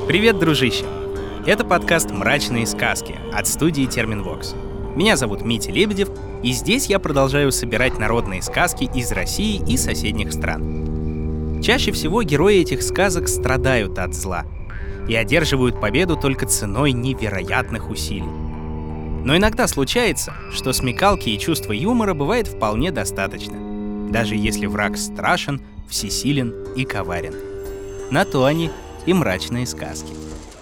Привет, дружище! Это подкаст «Мрачные сказки» от студии Терминвокс. Меня зовут Митя Лебедев, и здесь я продолжаю собирать народные сказки из России и соседних стран. Чаще всего герои этих сказок страдают от зла и одерживают победу только ценой невероятных усилий. Но иногда случается, что смекалки и чувства юмора бывает вполне достаточно, даже если враг страшен, всесилен и коварен. На то они и мрачные сказки.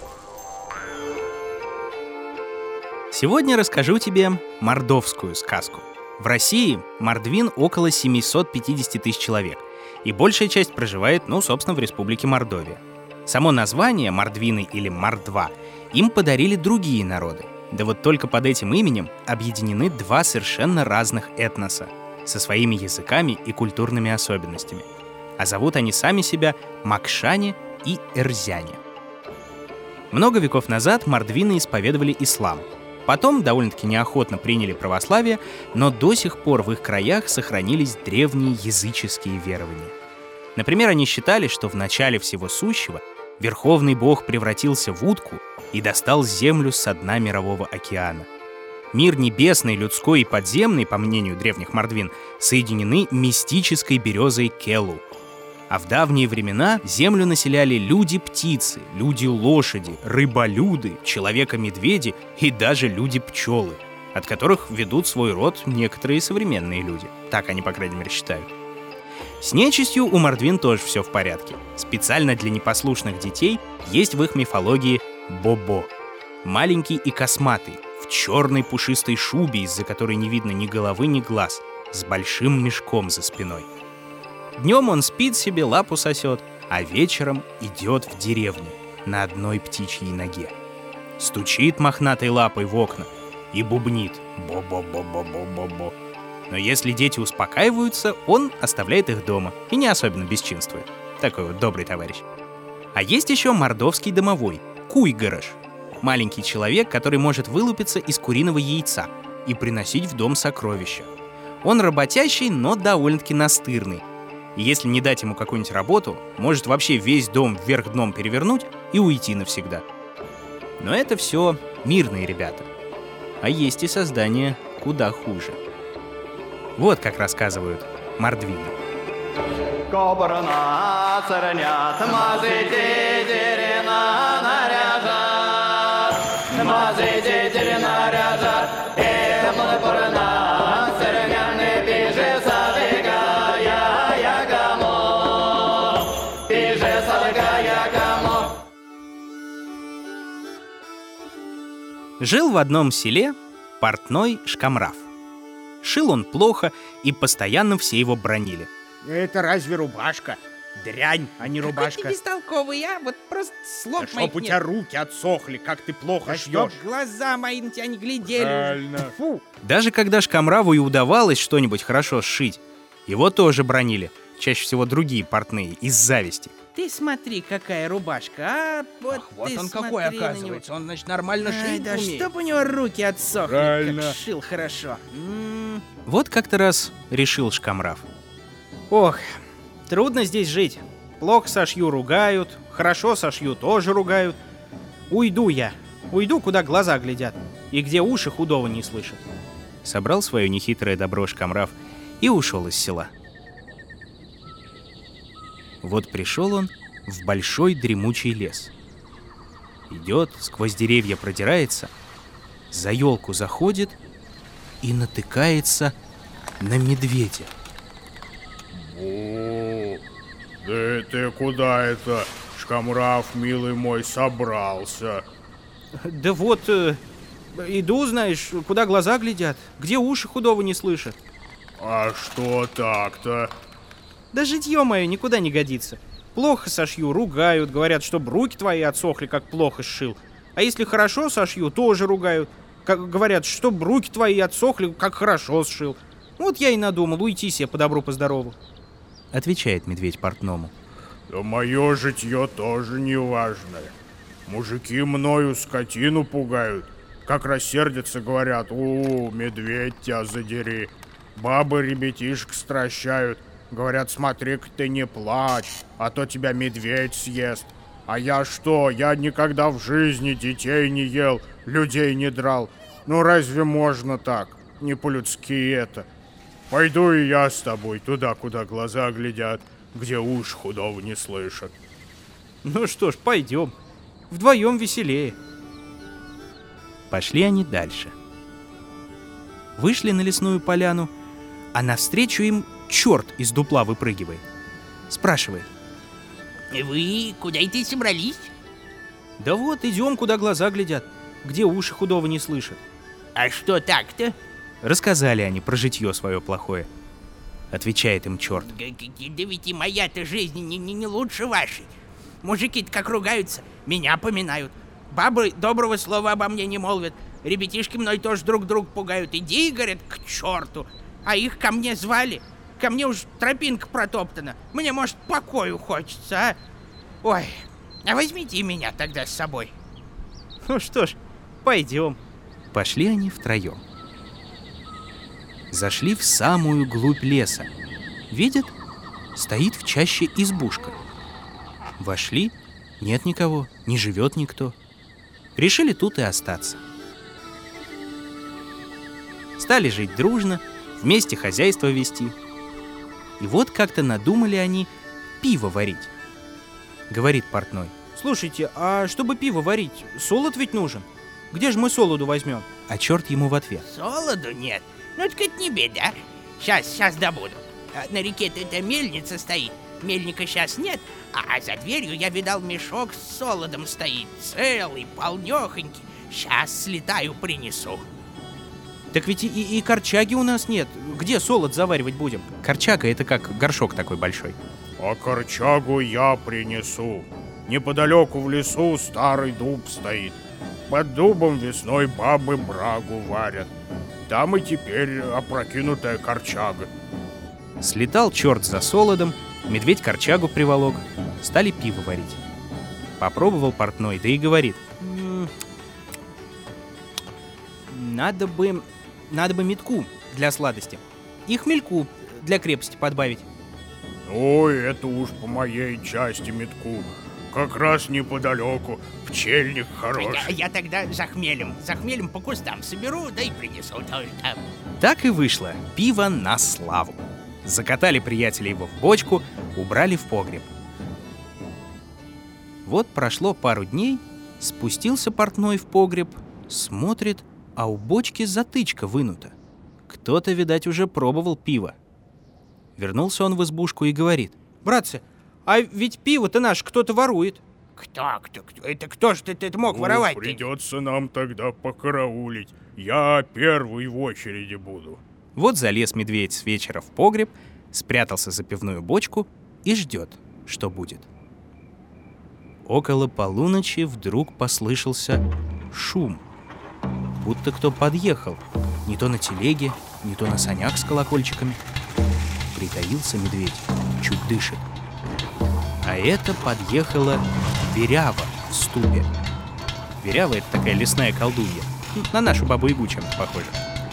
Сегодня расскажу тебе мордовскую сказку. В России мордвин около 750 тысяч человек, и большая часть проживает, собственно, в республике Мордовия. Само название мордвины или мордва им подарили другие народы. Да вот только под этим именем объединены два совершенно разных этноса со своими языками и культурными особенностями. А зовут они сами себя макшане и эрзяне. Много веков назад мордвины исповедовали ислам. Потом довольно-таки неохотно приняли православие, но до сих пор в их краях сохранились древние языческие верования. Например, они считали, что в начале всего сущего Верховный Бог превратился в утку и достал землю со дна мирового океана. Мир небесный, людской и подземный, по мнению древних мордвин, соединены мистической березой Келу. А в давние времена землю населяли люди-птицы, люди-лошади, рыболюды, человека-медведи и даже люди-пчелы, от которых ведут свой род некоторые современные люди. Так они, по крайней мере, считают. С нечистью у мордвин тоже все в порядке. Специально для непослушных детей есть в их мифологии Бобо. Маленький и косматый, в черной пушистой шубе, из-за которой не видно ни головы, ни глаз, с большим мешком за спиной. Днем он спит себе, лапу сосет, а вечером идет в деревню на одной птичьей ноге. Стучит мохнатой лапой в окна и бубнит «бо-бо-бо-бо-бо-бо-бо». Но если дети успокаиваются, он оставляет их дома и не особенно бесчинствует. Такой вот добрый товарищ. А есть еще мордовский домовой — куйгарыш. Маленький человек, который может вылупиться из куриного яйца и приносить в дом сокровища. Он работящий, но довольно-таки настырный. И если не дать ему какую-нибудь работу, может вообще весь дом вверх дном перевернуть и уйти навсегда. Но это все мирные ребята. А есть и создания куда хуже. Вот как рассказывают мордвины. Жил в одном селе портной Шкамраф. Шил он плохо, и постоянно все его бранили. Это разве рубашка? Дрянь, а не рубашка. Какой ты бестолковый, а? Вот просто слов Да моих чтоб у нет. тебя руки отсохли, как ты плохо Да чтоб шьешь. глаза мои на тебя не глядели. Правильно. Фу. Даже когда Шкамраву и удавалось что-нибудь хорошо сшить, его тоже бранили. Чаще всего другие портные, из зависти. Ты смотри, какая рубашка, а? Вот, Ах, вот ты он какой, смотри на него. оказывается. Он, значит, нормально Ай, шить да умеет. чтоб у него руки отсохли, Правильно. как шил хорошо. Вот как-то раз решил Шкамраф. Ох, трудно здесь жить. Плохо сошью — ругают, хорошо сошью — тоже ругают. Уйду я. Уйду, куда глаза глядят, и где уши худого не слышат. Собрал свое нехитрое добро Шкамраф и ушел из села. Вот пришел он в большой дремучий лес. Идет, сквозь деревья продирается, за елку заходит и натыкается на медведя. О, да ты куда это, Шкамраф, милый мой, собрался? Да вот, иду, знаешь, куда глаза глядят, где уши худого не слышат. А что так-то? Да житье мое никуда не годится. Плохо сошью — ругают, говорят, что руки твои отсохли, как плохо сшил. А если хорошо сошью, тоже ругают. Говорят, что руки твои отсохли, как хорошо сшил. Вот я и надумал уйти себе по добру, по здорову. Отвечает медведь портному. Да мое житье тоже не важное. Мужики мною скотину пугают. Как рассердятся, говорят: «У, медведь, тебя задери». Бабы ребятишек стращают. Говорят: «Смотри-ка ты не плачь, а то тебя медведь съест». А я что? Я никогда в жизни детей не ел, людей не драл. Ну разве можно так? Не по-людски это. Пойду и я с тобой туда, куда глаза глядят, где уж худого не слышат. Ну что ж, пойдем. Вдвоем веселее. Пошли они дальше. Вышли на лесную поляну, а навстречу им черт из дупла выпрыгивает. Спрашивает. Вы куда это собрались? Да вот, идем, куда глаза глядят, где уши худого не слышат. А что так-то? Рассказали они про житье свое плохое. Отвечает им черт. Да ведь и моя-то жизнь не лучше вашей. Мужики-то как ругаются, меня поминают. Бабы доброго слова обо мне не молвят. Ребятишки мной тоже друг друга пугают. Иди, говорят, к черту. А их ко мне звали. Ко мне уж тропинка протоптана. Мне, может, покою хочется, а? Ой, а возьмите и меня тогда с собой. Ну что ж, пойдем. Пошли они втроем. Зашли в самую глубь леса. Видят, стоит в чаще избушка. Вошли, нет никого, не живет никто. Решили тут и остаться. Стали жить дружно, вместе хозяйство вести. И вот как-то надумали они пиво варить. Говорит портной. Слушайте, а чтобы пиво варить, солод ведь нужен. Где же мы солоду возьмем? А черт ему в ответ. Солоду нет. Ну так это не беда. Сейчас добуду. На реке-то эта мельница стоит. Мельника сейчас нет, а за дверью я видал мешок с солодом стоит. Целый, полнёхонький. Сейчас слетаю, принесу. Так ведь и корчаги у нас нет. Где солод заваривать будем? Корчага — это как горшок такой большой. А корчагу я принесу. Неподалеку в лесу старый дуб стоит. Под дубом весной бабы брагу варят. Там и теперь опрокинутая корчага. Слетал черт за солодом, медведь корчагу приволок. Стали пиво варить. Попробовал портной, да и говорит. Надо бы метку для сладости и хмельку для крепости подбавить. Ой, это уж по моей части метку. Как раз неподалеку, пчельник хороший. Я тогда за хмелем по кустам соберу, да и принесу тоже. Так и вышло. Пиво на славу. Закатали приятели его в бочку, убрали в погреб. Вот прошло пару дней, спустился портной в погреб, смотрит, а у бочки затычка вынута. Кто-то, видать, уже пробовал пиво. Вернулся он в избушку и говорит. Братцы, а ведь пиво-то наш кто-то ворует. Кто? Это кто ж ты мог воровать? Придется нам тогда покараулить. Я первый в очереди буду. Вот залез медведь с вечера в погреб, спрятался за пивную бочку и ждет, что будет. Около полуночи вдруг послышался шум, будто кто подъехал, не то на телеге, не то на санях с колокольчиками. Притаился медведь, чуть дышит. А это подъехала Верява в ступе. Верява — это такая лесная колдунья, на нашу бабу-ягу чем-то похожа.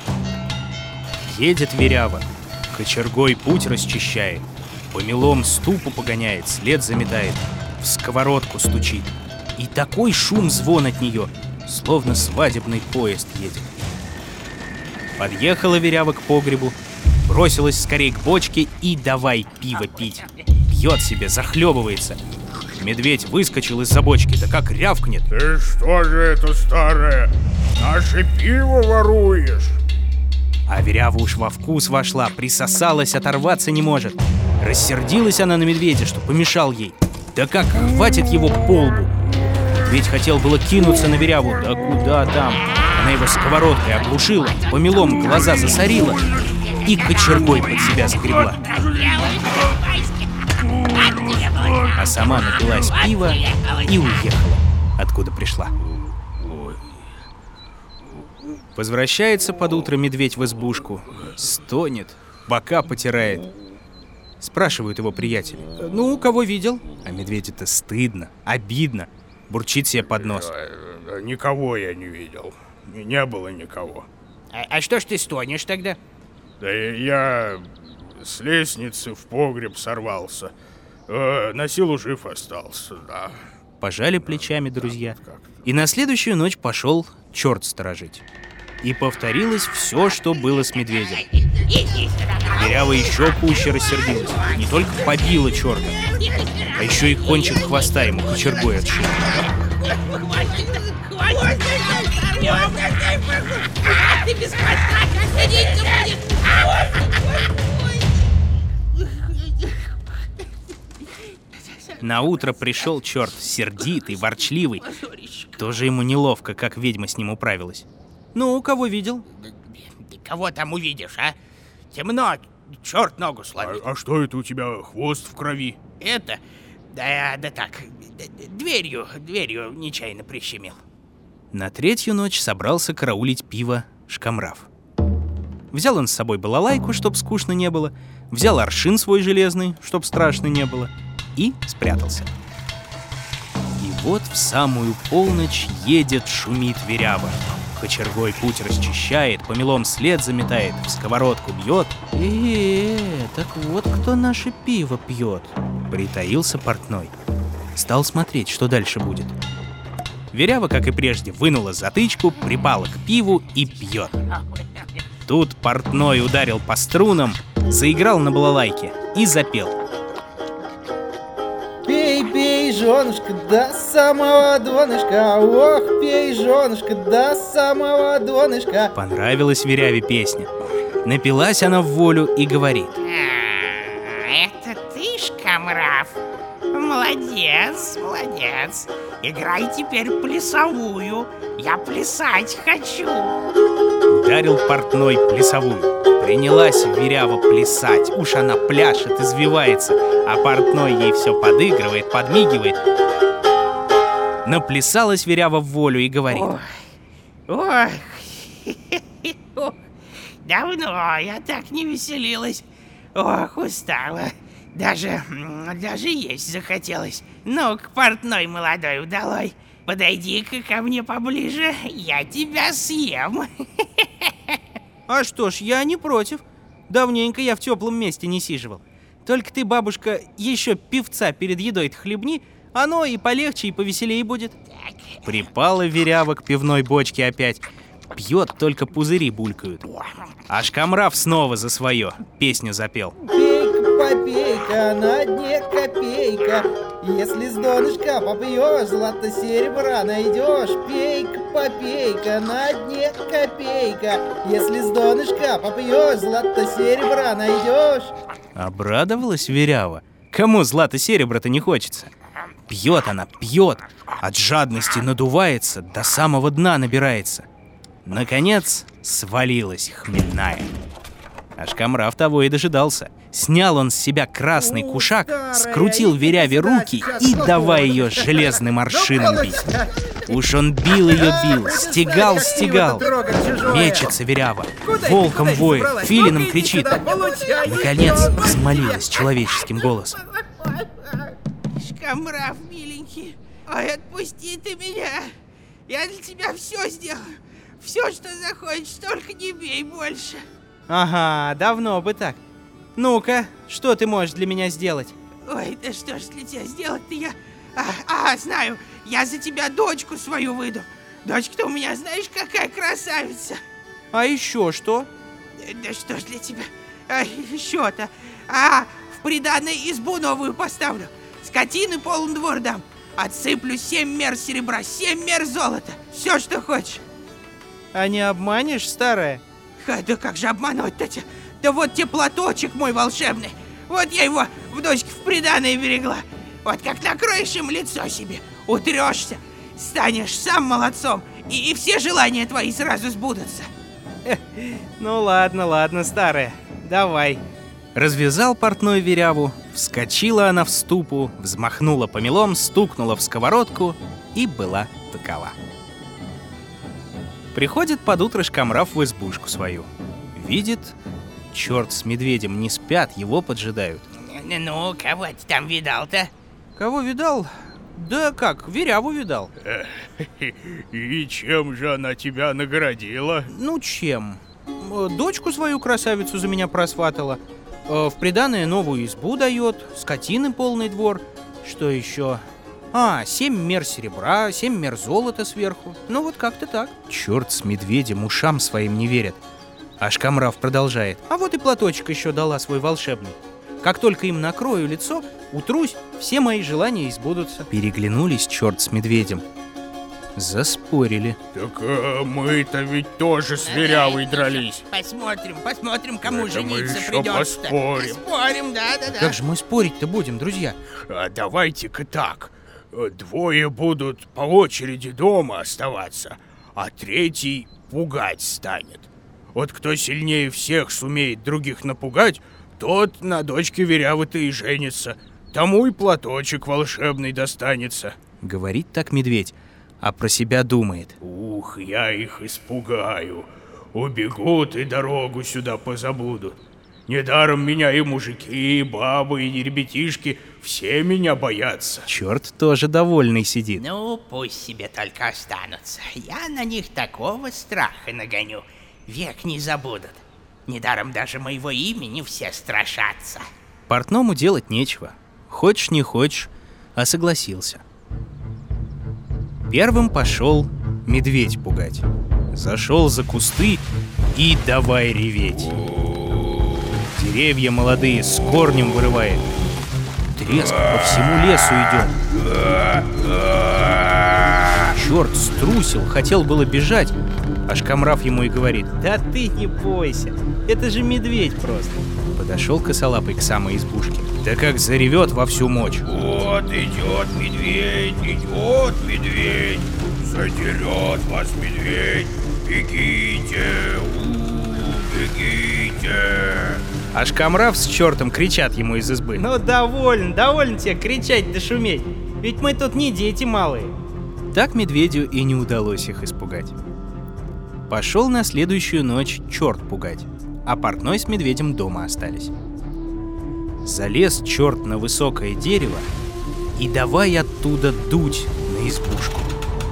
Едет Верява, кочергой путь расчищает, помелом ступу погоняет, след заметает, в сковородку стучит. И такой шум-звон от нее, словно свадебный поезд едет. Подъехала Верява к погребу, бросилась скорее к бочке и давай пиво пить. Пьет себе, захлебывается. Медведь выскочил из-за бочки, да как рявкнет. Ты что же это, старое, наше пиво воруешь? А Верява уж во вкус вошла, присосалась, оторваться не может. Рассердилась она на медведя, что помешал ей. Да как хватит его по лбу. Медведь хотел было кинуться на Веряву, да куда там. Она его сковородкой оглушила, помелом глаза засорила и кочергой под себя загребла. А сама напилась пива и уехала, откуда пришла. Возвращается под утро медведь в избушку, стонет, бока потирает. Спрашивают его приятели. Ну, кого видел? А медведю-то стыдно, обидно, бурчит себе под нос. Никого я не видел, не было никого. А что ж ты стонешь тогда? Да я с лестницы в погреб сорвался. На силу жив остался, да. Пожали плечами друзья. И на следующую ночь пошел черт сторожить. И повторилось все, что было с медведем. Верява еще пуще рассердилась. Не только побила черта, а еще и кончик хвоста ему кочергой отшила. На утро пришел черт, сердитый, ворчливый. Тоже ему неловко, как ведьма с ним управилась. Ну, кого видел? Кого там увидишь, а? Темно, черт ногу сломит. А что это у тебя, хвост в крови? Это? Да так, дверью нечаянно прищемил. На третью ночь собрался караулить пиво Шкамраф. Взял он с собой балалайку, чтоб скучно не было, взял аршин свой железный, чтоб страшно не было, и спрятался. И вот в самую полночь едет, шумит Верява. Кочергой путь расчищает, помелом след заметает, в сковородку бьет. Так вот кто наше пиво пьет. Притаился портной. Стал смотреть, что дальше будет. Верява, как и прежде, вынула затычку, припала к пиву и пьет. Тут портной ударил по струнам, заиграл на балалайке и запел. Пей, пей, женушка, до самого донышка. Ох, пей, женушка, до самого донышка. Понравилась Веряве песня. Напилась она в волю и говорит. Это ты, Шкамраф? Молодец. Играй теперь плясовую. Я плясать хочу. Ударил портной плясовую. Принялась Верява плясать. Уж она пляшет, извивается, а портной ей все подыгрывает, подмигивает. Наплясалась Верява в волю и говорит. Ой, давно я так не веселилась. Ох, устала. Даже есть захотелось. Ну-ка, портной молодой удалой, подойди-ка ко мне поближе, я тебя съем. А что ж, я не против. Давненько я в теплом месте не сиживал. Только ты, бабушка, еще пивца перед едой хлебни, оно и полегче, и повеселее будет. Припала Верява к пивной бочке опять. Пьет, только пузыри булькают. А Шкамраф снова за свое песню запел. Попейка, на дне копейка. Если с донышка попьешь, злато-серебра найдешь. Пейка, попейка, на дне копейка. Если с донышка попьешь, злато-серебра найдешь. Обрадовалась Верява. Кому злато-серебра-то не хочется? Пьет она, пьет. От жадности надувается, до самого дна набирается. Наконец свалилась хмельная. А Шкамраф того и дожидался. Снял он с себя красный кушак, скрутил Веряве руки и давай ее железным аршином бить. Уж он бил, стегал. Мечется Верява, волком воет, филином кричит. Наконец взмолилась человеческим голосом. Шкамраф, миленький, ой, отпусти ты меня. Я для тебя все сделаю. Все, что захочешь, только не бей больше. Ага, давно бы так. Ну-ка, что ты можешь для меня сделать? Ой, да что ж для тебя сделать-то я... знаю, я за тебя дочку свою выйду. Дочка-то у меня, знаешь, какая красавица. А еще что? Да что ж для тебя еще-то? В приданое избу новую поставлю. Скотины полный двор дам. Отсыплю 7 мер серебра, 7 мер золота. Все, что хочешь. А не обманешь, старая? Да как же обмануть-то? Да вот тебе платочек мой волшебный. Вот я его в дочке в приданое берегла. Вот как накроешь им лицо себе, утрешься, станешь сам молодцом, и все желания твои сразу сбудутся. Ну ладно, старая, давай. Развязал портной Веряву, вскочила она в ступу, взмахнула помелом, стукнула в сковородку и была такова. Приходит под утро Шкамраф в избушку свою. Видит, черт с медведем не спят, его поджидают. Ну, кого ты там видал-то? Кого видал? Да как, Веряву видал. И чем же она тебя наградила? Ну чем? Дочку свою красавицу за меня просватала. В приданое новую избу дает, скотины полный двор. Что еще? А, 7 мер серебра, 7 мер золота сверху. Ну вот как-то так. Черт с медведем ушам своим не верит. А Шкамрав продолжает. А вот и платочек еще дала свой волшебный. Как только им накрою лицо, утрусь, все мои желания избудутся. Переглянулись черт с медведем. Заспорили. Так мы-то ведь тоже с Верявой дрались. Посмотрим, кому Это мы жениться еще придется. поспорим. Поспорим, да. Как же мы спорить-то будем, друзья? Давайте-ка так. Двое будут по очереди дома оставаться, а третий пугать станет. Вот кто сильнее всех сумеет других напугать, тот на дочке Верявы-то и женится. Тому и платочек волшебный достанется. Говорит так медведь, а про себя думает. Ух, я их испугаю. Убегут и дорогу сюда позабудут. Недаром меня и мужики, и бабы, и ребятишки все меня боятся. Черт тоже довольный сидит. Ну, пусть себе только останутся. Я на них такого страха нагоню, век не забудут. Недаром даже моего имени все страшатся. Портному делать нечего. Хочешь не хочешь, а согласился. Первым пошел медведь пугать. Зашел за кусты и давай реветь. Деревья молодые с корнем вырывает. Треск по всему лесу идет. Черт струсил, хотел было бежать, а Шкамрав ему и говорит: да ты не бойся, это же медведь просто. Подошел косолапый к самой избушке. Да как заревет во всю мочь. Вот идет медведь, задерет вас медведь, бегите, бегите. А Шкамрав с чертом кричат ему из избы: ну довольно тебе кричать да шуметь, ведь мы тут не дети малые. Так медведю и не удалось их испугать. Пошел на следующую ночь черт пугать, а портной с медведем дома остались. Залез черт на высокое дерево и давай оттуда дуть на избушку.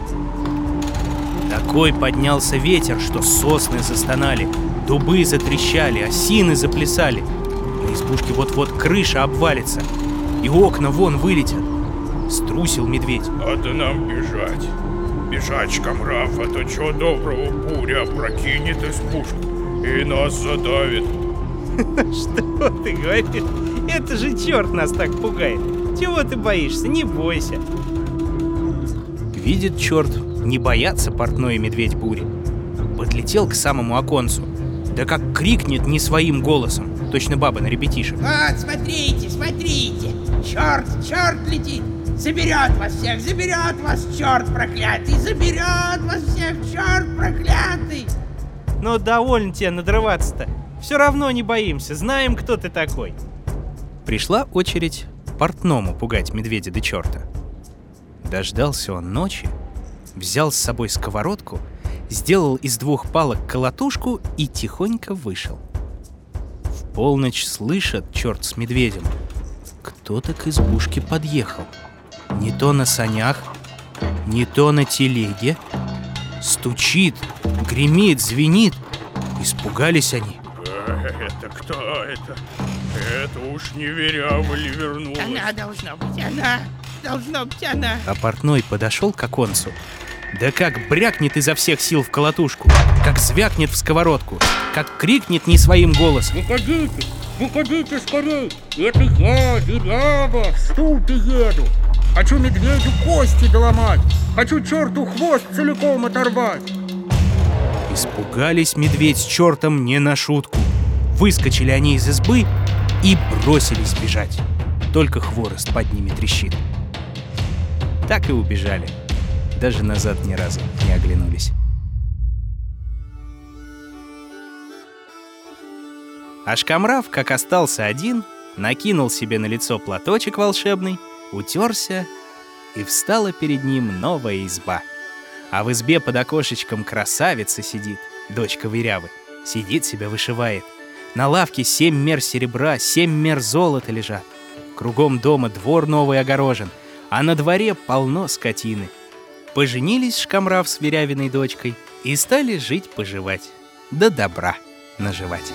Такой поднялся ветер, что сосны застонали, дубы затрещали, осины заплясали. На избушке вот-вот крыша обвалится, и окна вон вылетят. Струсил медведь. Надо нам бежать. Бежать, Шкамрав, а то чего доброго буря опрокинет избушку и нас задавит. Что ты говоришь? Это же черт нас так пугает. Чего ты боишься? Не бойся. Видит черт, не боятся портной и медведь бури. Подлетел к самому оконцу. Да как крикнет не своим голосом, точно баба на ребятишек. Вот, смотрите, черт летит. Заберет вас, черт проклятый, заберет вас всех, черт проклятый. Но довольно тебе надрываться-то. Все равно не боимся, знаем, кто ты такой. Пришла очередь портному пугать медведя да черта. Дождался он ночи, взял с собой сковородку, сделал из 2 палок колотушку и тихонько вышел. В полночь слышат черт с медведем. Кто-то к избушке подъехал. Не то на санях, не то на телеге. Стучит, гремит, звенит. Испугались они. Это кто это? Это уж не Верява ли вернулась? Она должна быть она. А портной подошел к оконцу. Да как брякнет изо всех сил в колотушку, как звякнет в сковородку, как крикнет не своим голосом. Выходите скорей! Это я, Верява, в ступе еду. Хочу медведю кости доломать, хочу черту хвост целиком оторвать. Испугались медведь с чертом не на шутку. Выскочили они из избы и бросились бежать. Только хворост под ними трещит. Так и убежали. Даже назад ни разу не оглянулись. А Шкамрав, как остался один, накинул себе на лицо платочек волшебный, утерся, и встала перед ним новая изба. А в избе под окошечком красавица сидит, дочка Верявы. Сидит себя вышивает. На лавке 7 мер серебра, 7 мер золота лежат. Кругом дома двор новый огорожен, а на дворе полно скотины. Поженились Шкамрав с Верявиной дочкой и стали жить-поживать, да добра наживать.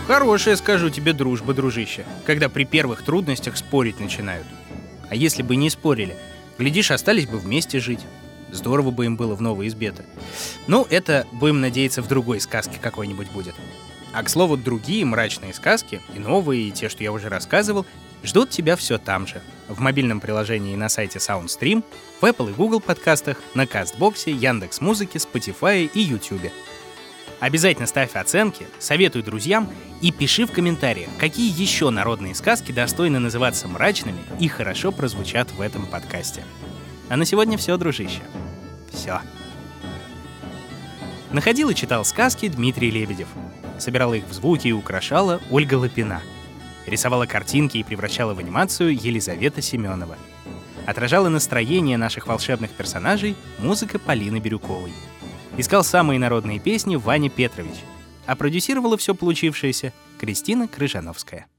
Хорошая, скажу тебе, дружба, дружище, когда при первых трудностях спорить начинают. А если бы не спорили, глядишь, остались бы вместе жить. Здорово бы им было в новой избе-то. Ну, это, будем надеяться, в другой сказке какой-нибудь будет. А, к слову, другие мрачные сказки, и новые, и те, что я уже рассказывал, ждут тебя все там же. В мобильном приложении и на сайте SoundStream, в Apple и Google подкастах, на Кастбоксе, Яндекс.Музыке, Spotify и YouTube. Обязательно ставь оценки, советуй друзьям и пиши в комментариях, какие еще народные сказки достойны называться мрачными и хорошо прозвучат в этом подкасте. А на сегодня все, дружище. Все. Находил и читал сказки Дмитрий Лебедев. Собирала их в звуки и украшала Ольга Лапина. Рисовала картинки и превращала в анимацию Елизавета Семенова. Отражала настроение наших волшебных персонажей музыка Полины Бирюковой. Искал самые народные песни Ваня Петрович. А продюсировала все получившееся Кристина Крыжановская.